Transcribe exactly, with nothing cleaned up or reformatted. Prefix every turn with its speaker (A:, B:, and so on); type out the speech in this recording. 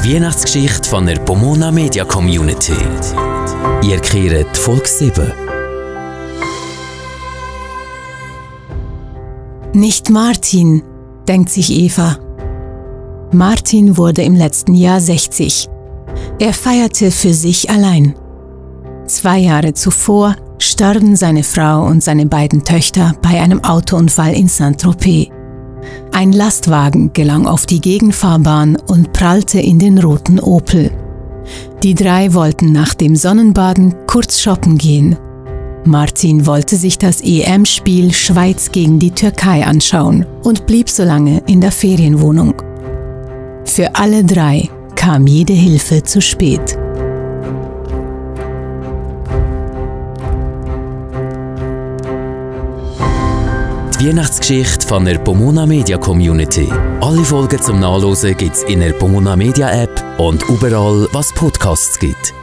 A: Die Weihnachtsgeschichte von der Pomona Media Community. Ihr kehrt Folge sieben.
B: Nicht Martin, denkt sich Eva. Martin wurde im letzten Jahr sechzig. Er feierte für sich allein. Zwei Jahre zuvor starben seine Frau und seine beiden Töchter bei einem Autounfall in Saint-Tropez. Ein Lastwagen gelang auf die Gegenfahrbahn und prallte in den roten Opel. Die drei wollten nach dem Sonnenbaden kurz shoppen gehen. Martin wollte sich das E M-Spiel Schweiz gegen die Türkei anschauen und blieb so lange in der Ferienwohnung. Für alle drei kam jede Hilfe zu spät.
A: Die Weihnachtsgeschichte von der Pomona Media Community. Alle Folgen zum Nachlesen gibt's in der Pomona Media App und überall, was Podcasts gibt.